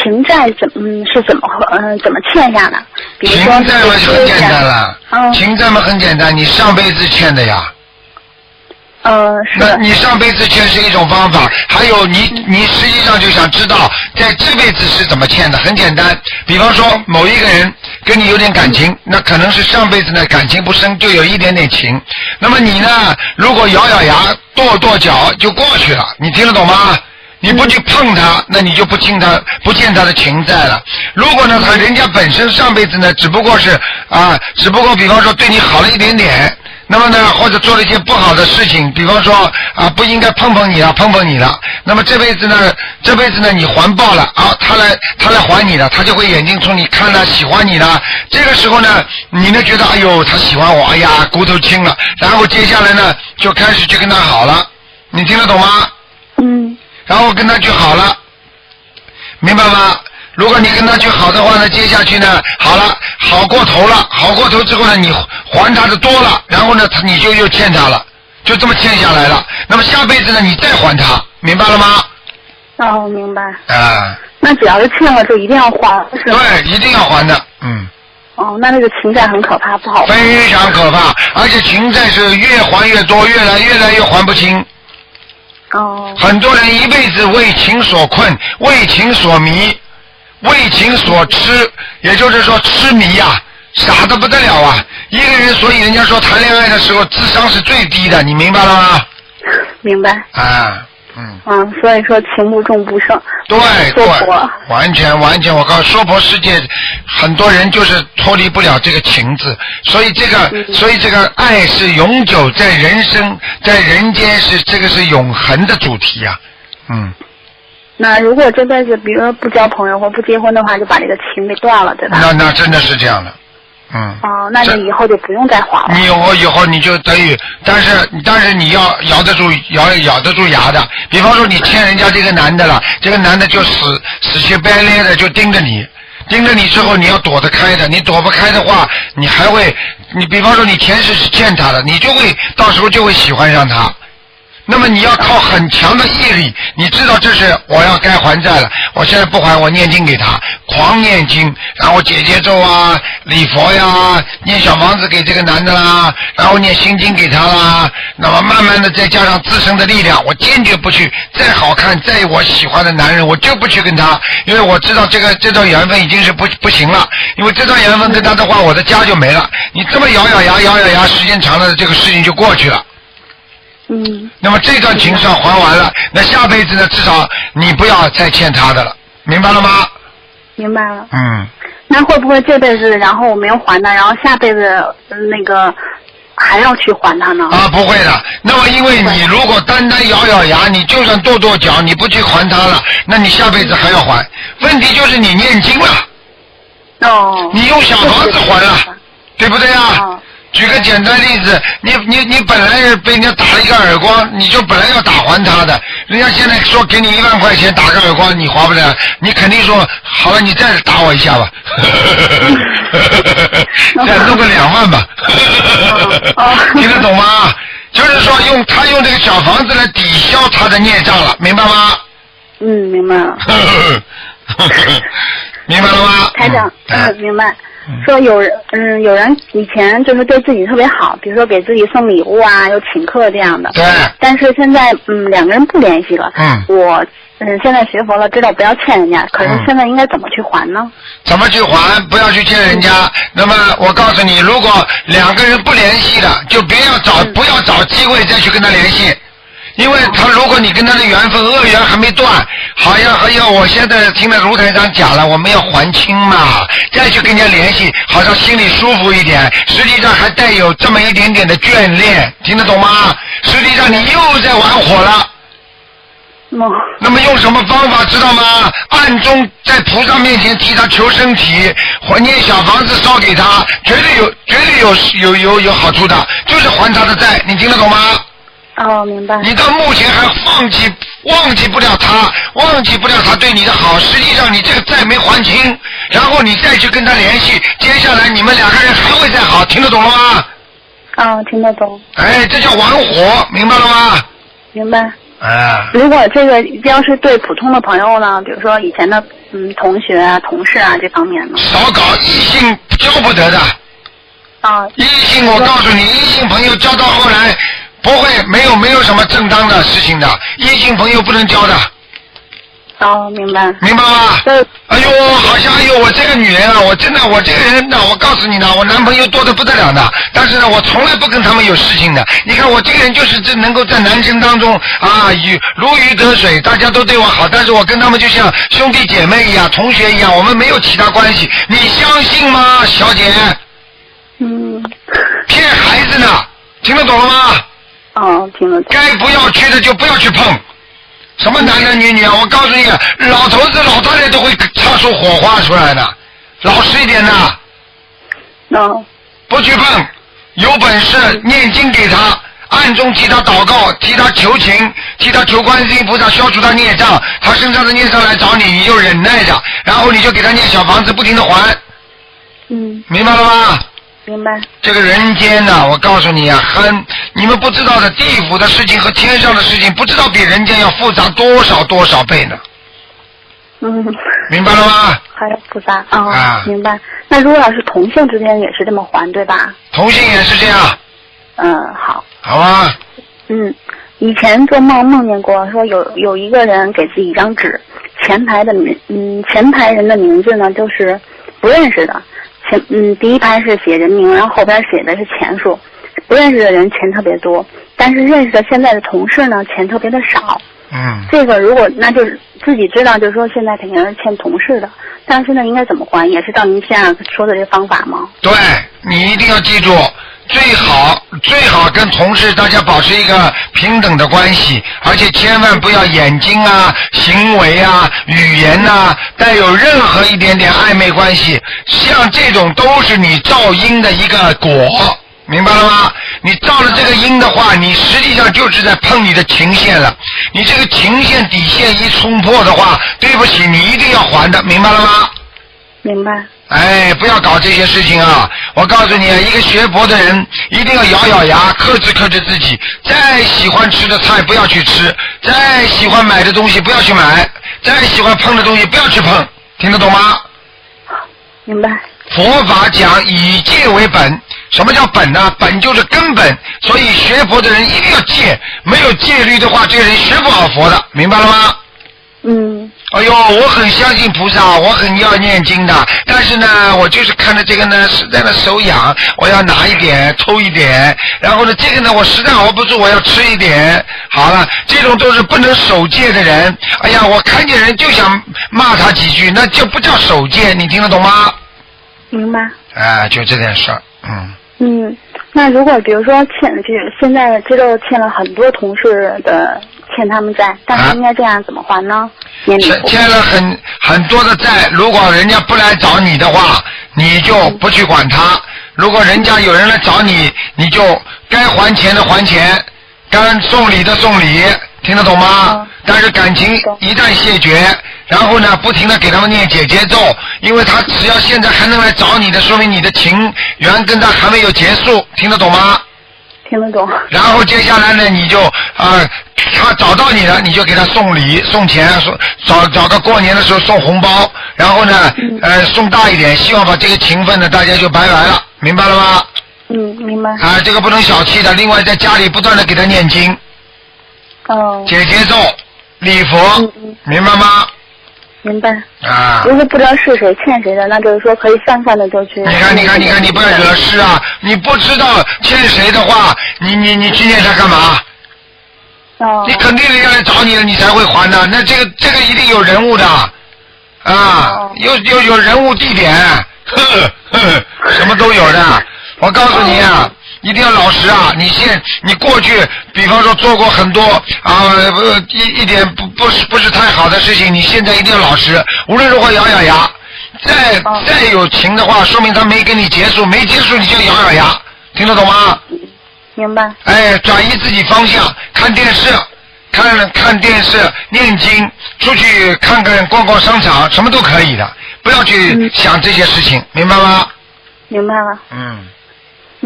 债是怎么欠下的？比如说情债嘛就很简单了，情债嘛很简单，你上辈子欠的呀。 是。 那你上辈子欠是一种方法，还有你实际上就想知道在这辈子是怎么欠的，很简单。比方说某一个人跟你有点感情，那可能是上辈子呢感情不深，就有一点点情。那么你呢，如果咬咬牙跺脚就过去了，你听得懂吗？你不去碰他，那你就不欠他的情债了。如果呢，人家本身上辈子呢，只不过比方说对你好了一点点。那么呢，或者做了一些不好的事情，比方说不应该碰碰你了。那么这辈子呢你还报了他来还你了，他就会眼睛冲你看了，喜欢你了。这个时候呢，你呢觉得哎呦他喜欢我，哎呀骨头轻了，然后接下来呢就开始去跟他好了，你听得懂吗？然后跟他去好了，明白吗？如果你跟他去好的话呢，接下去呢，好了，好过头之后呢，你还他的多了，然后呢，你就又欠他了，就这么欠下来了。那么下辈子呢，你再还他，明白了吗？ 明白。那只要是欠了，就一定要还，是吗？ 对，一定要还的， 那这个情债很可怕，不好还。 非常可怕，而且情债是越还越多，越来越还不清。很多人一辈子为情所困，为情所迷。为情所痴，也就是说痴迷呀，傻得不得了啊！一个人，所以人家说谈恋爱的时候智商是最低的，你明白了吗？ 明白。所以说情不重不胜。对， 完全，我告诉说婆世界，很多人就是脱离不了这个情字，所以这个爱是永久在人生，在人间这个是永恒的主题呀， 那如果这辈子比如说不交朋友或不结婚的话，就把这个情给断了，对吧？ 那真的是这样的， 那你以后就不用再还了。 你以后你就等于，但是你要咬得住牙的。比方说你欠人家这个男的了，这个男的就死乞白赖的就盯着你之后你要躲得开的，你躲不开的话，你比方说你前世是欠他的，你就会到时候就会喜欢上他。那么你要靠很强的毅力，你知道这是我要该还债了，我现在不还，我念经给他，狂念经，然后解结咒啊，礼佛呀，念小房子给这个男的啦，然后念心经给他啦，那么慢慢的再加上自身的力量，我坚决不去，再好看再我喜欢的男人我就不去跟他，因为我知道这段缘分已经是不行了，因为这段缘分跟他的话我的家就没了，你这么咬咬牙时间长了这个事情就过去了。那么这段情上还完了，那下辈子呢，至少你不要再欠他的了，明白了吗？ 明白了。那会不会这辈子然后我没有还他，然后下辈子那个还要去还他呢？ 不会的。那么因为你如果单咬咬牙，你就算跺脚，你不去还他了，那你下辈子还要还。问题就是你念经了。你用小房子还了，对不对啊？举个简单例子，你本来是被人家打了一个耳光，你就本来要打还他的，人家现在说给你1万块钱打个耳光，你还不了，你肯定说好了，你再打我一下吧，再弄个2万吧，听得懂吗？就是说他用这个小房子来抵消他的孽障了，明白吗？ 明白了。 明白了吗？ 台长，明白。说有人以前就是对自己特别好，比如说给自己送礼物啊，又请客这样的。 对。 但是现在两个人不联系了。我现在学佛了，知道不要欠人家，可是现在应该怎么去还呢？ 怎么去还？不要去欠人家。那么我告诉你，如果两个人不联系的，就不要找机会再去跟他联系。因为如果你跟他的缘分恶缘还没断，好像我现在听了卢台长讲了，我们要还清嘛，再去跟人家联系，好像心里舒服一点，实际上还带有这么一点点的眷恋，听得懂吗？实际上你又在玩火了。那么用什么方法知道吗？暗中在菩萨面前替他求身体，还念小房子烧给他，绝对有好处的，就是还他的债，你听得懂吗？ 明白。 你到目前还忘记不了他对你的好，实际上你这个债没还清，然后你再去跟他联系，接下来你们两个人还会再好，听得懂了吗？ 听得懂。 这叫玩火，明白了吗？ 明白。如果这个要是对普通的朋友呢，比如说以前的同学啊、同事啊这方面呢？ 少搞异性交不得的。异性我告诉你，异性朋友交到后来不会没有什么正当的事情的，异性朋友不能交的。 明白。 明白吗？哎呦，好像我这个女人啊，我这个人呢，我告诉你呢，我男朋友多得不得了的，但是呢，我从来不跟他们有事情的。你看我这个人就是能够在男生当中啊，如鱼得水，大家都对我好，但是我跟他们就像兄弟姐妹一样，同学一样，我们没有其他关系，你相信吗，小姐？骗孩子呢，听得懂了吗？ 听得懂。 该不要去的就不要去碰。什么男男女女啊！我告诉你，老头子老太太都会擦出火花出来的，老实一点的。不去碰，有本事念经给他，暗中替他祷告，替他求情，替他求观世音菩萨消除他孽障，他身上的孽障来找你，你就忍耐着，然后你就给他念小房子，不停的还。明白了吗？ 明白。 这个人间呢，我告诉你啊，你们不知道的地府的事情和天上的事情，不知道比人间要复杂多少倍呢。明白了吗？ 还要复杂明白。那如果要是同性之间也是这么还，对吧？ 同性也是这样。 好。 好啊。 以前做梦见过，说有一个人给自己一张纸，前排人的名字呢就是不认识的。第一排是写人名，然后后边写的是钱数。不认识的人钱特别多，但是认识的现在的同事呢，钱特别的少。这个如果那就是自己知道，就是说现在肯定是欠同事的，但是现在应该怎么还？也是照您现在说的这个方法吗？对， 你一定要记住，最好跟同事大家保持一个平等的关系，而且千万不要眼睛啊、行为啊、语言啊带有任何一点点暧昧关系，像这种都是你造因的一个果，明白了吗？你造了这个因的话，你实际上就是在碰你的情线了，你这个情线底线一冲破的话，对不起，你一定要还的，明白了吗？ 明白。 不要搞这些事情啊！我告诉你，一个学佛的人一定要咬咬牙，克制自己。再喜欢吃的菜不要去吃，再喜欢买的东西不要去买，再喜欢碰的东西不要去碰，听得懂吗？ 明白。 佛法讲以戒为本，什么叫本呢？本就是根本，所以学佛的人一定要戒，没有戒律的话，这个人学不好佛的，明白了吗？哎呦，我很相信菩萨，我很要念经的，但是呢，我就是看着这个呢，实在的手痒，我要拿一点，抽一点，然后呢，这个呢，我实在熬不住，我要吃一点。好了，这种都是不能守戒的人。哎呀，我看见人就想骂他几句，那就不叫守戒，你听得懂吗？ 明白。 就这件事儿。 那如果比如说现在知道欠了很多同事的欠他们债，但是应该这样怎么还呢？ 欠了很多的债，如果人家不来找你的话，你就不去管他；如果人家有人来找你，你就该还钱的还钱，该送礼的送礼，听得懂吗？但是感情一旦谢绝，然后呢，不停的给他们念解结咒，因为他只要现在还能来找你的，说明你的情缘跟他还没有结束，听得懂吗？ 听得懂。 然后接下来呢，你就他找到你了，你就给他送礼送钱，找个过年的时候送红包，然后呢送大一点，希望把这个情分呢大家就拜拜了，明白了吗？ 明白。 这个不能小气的。另外在家里不断的给他念经，解结咒礼佛，明白吗？ 明白。如果不知道是谁欠谁的，那就是说可以泛泛的就去。你看， 你不要惹事啊！你不知道欠谁的话，你去念他干嘛？你肯定人家来找你了，你才会还的。那这个一定有人物的有人物地点，什么都有的。我告诉你啊。一定要老实啊！你过去，比方说做过很多一点不是太好的事情，你现在一定要老实。无论如何咬咬牙，再有情的话，说明他没跟你结束，没结束你就咬咬牙，听得懂吗？ 明白。 转移自己方向，看电视，看电视，念经，出去看看逛逛商场，什么都可以的，不要去想这些事情，明白吗？ 明白了。